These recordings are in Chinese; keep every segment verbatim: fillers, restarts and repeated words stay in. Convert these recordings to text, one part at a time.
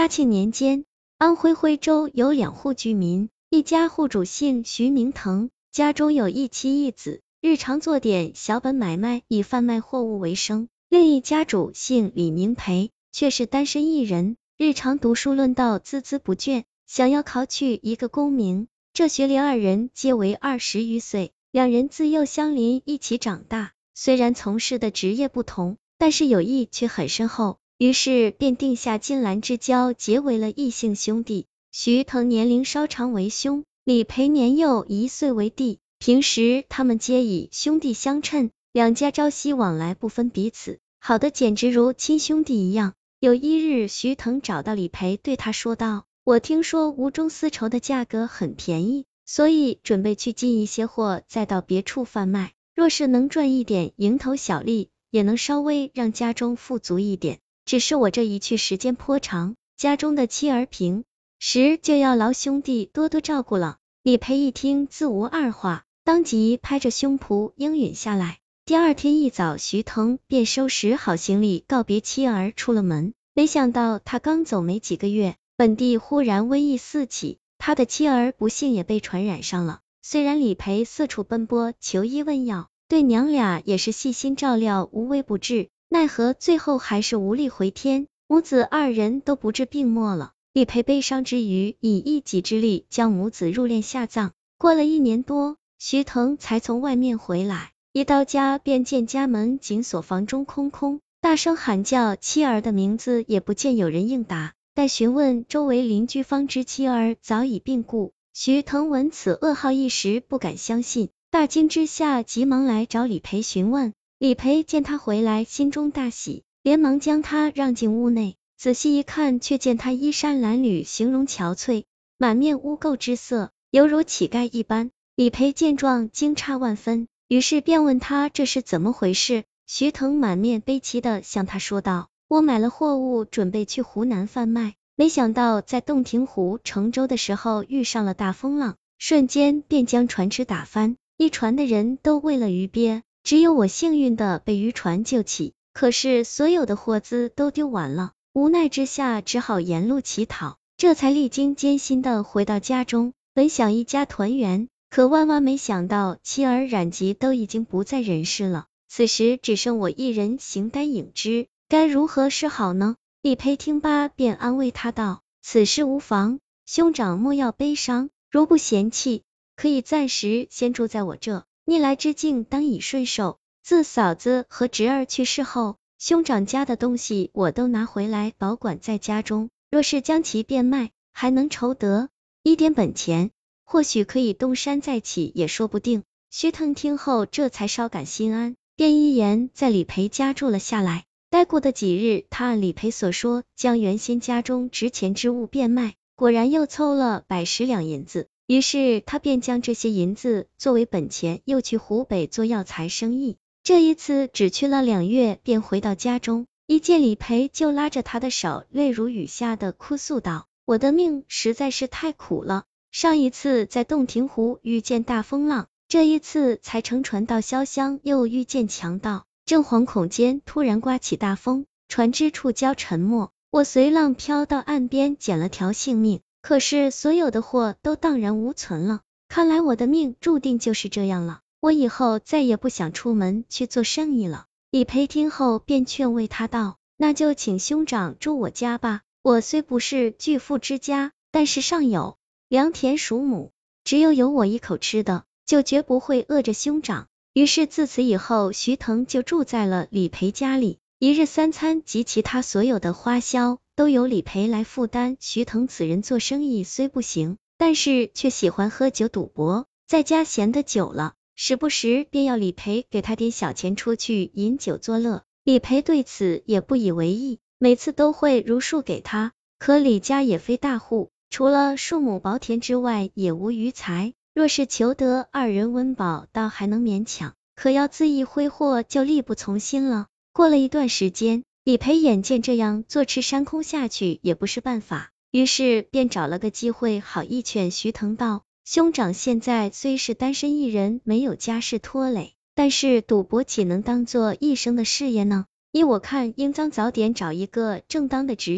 嘉庆年间，安徽徽州有两户居民，一家户主姓徐名腾，家中有一妻一子，日常做点小本买卖，以贩卖货物为生。另一家主姓李名培，却是单身一人，日常读书论道，孜孜不倦，想要考取一个功名。这学龄二人皆为二十余岁，两人自幼相邻，一起长大，虽然从事的职业不同，但是友谊却很深厚，于是便定下金兰之交，结为了异姓兄弟。徐腾年龄稍长为兄，李培年幼一岁为弟，平时他们皆以兄弟相称，两家朝夕往来，不分彼此，好的简直如亲兄弟一样。有一日，徐腾找到李培，对他说道：我听说吴中丝绸的价格很便宜，所以准备去进一些货，再到别处贩卖，若是能赚一点蝇头小利，也能稍微让家中富足一点。只是我这一去时间颇长，家中的妻儿平时就要劳兄弟多多照顾了。李培一听，自无二话，当即拍着胸脯应允下来。第二天一早，徐腾便收拾好行李，告别妻儿出了门。没想到他刚走没几个月，本地忽然瘟疫四起，他的妻儿不幸也被传染上了。虽然李培四处奔波求医问药，对娘俩也是细心照料，无微不至，奈何最后还是无力回天，母子二人都不治病没了。李培悲伤之余，以一己之力将母子入殓下葬。过了一年多，徐腾才从外面回来，一到家便见家门紧锁，房中空空，大声喊叫妻儿的名字，也不见有人应答。待询问周围邻居，方知妻儿早已病故。徐腾闻此噩耗，一时不敢相信，大惊之下急忙来找李培询问。李培见他回来，心中大喜，连忙将他让进屋内，仔细一看，却见他衣衫褴褛，形容憔悴，满面污垢之色，犹如乞丐一般。李培见状惊诧万分，于是便问他这是怎么回事。徐腾满面悲戚的向他说道：我买了货物，准备去湖南贩卖，没想到在洞庭湖乘舟的时候遇上了大风浪，瞬间便将船只打翻，一船的人都喂了鱼鳖，只有我幸运的被渔船救起，可是所有的货资都丢完了，无奈之下只好沿路乞讨，这才历经艰辛的回到家中，本想一家团圆，可万万没想到妻儿染疾都已经不在人世了，此时只剩我一人形单影只，该如何是好呢？李培听罢便安慰他道：此事无妨，兄长莫要悲伤，如不嫌弃，可以暂时先住在我这，逆来之境当以顺受。自嫂子和侄儿去世后，兄长家的东西我都拿回来保管在家中，若是将其变卖，还能筹得一点本钱，或许可以东山再起也说不定。徐腾听后这才稍感心安，便一言在李培家住了下来。待过的几日，他按李培所说，将原先家中值钱之物变卖，果然又凑了百十两银子。于是他便将这些银子作为本钱，又去湖北做药材生意。这一次只去了两月，便回到家中，一见李培就拉着他的手，泪如雨下的哭诉道：我的命实在是太苦了，上一次在洞庭湖遇见大风浪，这一次才乘船到潇湘，又遇见强盗，正惶恐间突然刮起大风，船只触礁沉没，我随浪飘到岸边，捡了条性命，可是所有的货都荡然无存了，看来我的命注定就是这样了，我以后再也不想出门去做生意了。李培听后便劝慰他道：那就请兄长住我家吧，我虽不是巨富之家，但是上有良田属亩，只有有我一口吃的，就绝不会饿着兄长。于是自此以后，徐腾就住在了李培家里，一日三餐及其他所有的花销都由李培来负担。徐腾此人做生意虽不行，但是却喜欢喝酒赌博，在家闲得久了，时不时便要李培给他点小钱出去饮酒作乐。李培对此也不以为意，每次都会如数给他。可李家也非大户，除了数亩薄田之外，也无余财。若是求得二人温饱，倒还能勉强，可要恣意挥霍，就力不从心了。过了一段时间，李培眼见这样坐吃山空下去也不是办法，于是便找了个机会好意劝徐腾道：兄长现在虽是单身一人，没有家世拖累，但是赌博岂能当做一生的事业呢？依我看，应当早点找一个正当的职业，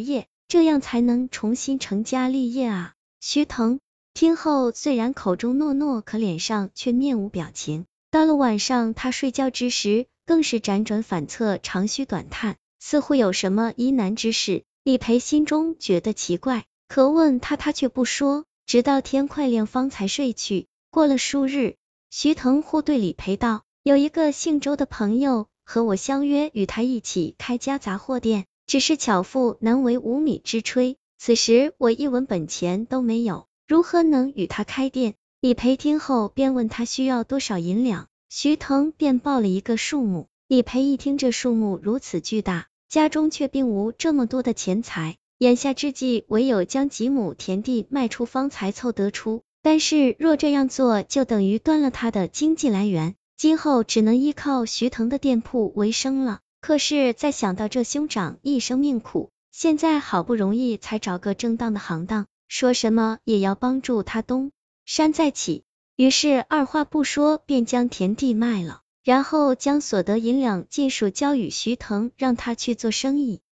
这样才能重新成家立业啊。徐腾听后虽然口中诺诺，可脸上却面无表情。到了晚上，他睡觉之时，更是辗转反侧，长吁短叹，似乎有什么疑难之事。李培心中觉得奇怪，可问他，他却不说，直到天快亮方才睡去。过了数日，徐腾忽对李培道：有一个姓周的朋友和我相约与他一起开家杂货店，只是巧妇难为无米之炊，此时我一文本钱都没有，如何能与他开店？李培听后便问他需要多少银两，徐腾便报了一个数目。李培一听这数目如此巨大，家中却并无这么多的钱财，眼下之计唯有将几亩田地卖出方才凑得出，但是若这样做，就等于断了他的经济来源，今后只能依靠徐腾的店铺为生了。可是再想到这兄长一生命苦，现在好不容易才找个正当的行当，说什么也要帮助他东山再起，于是二话不说便将田地卖了，然后将所得银两尽数交与徐腾，让他去做生意。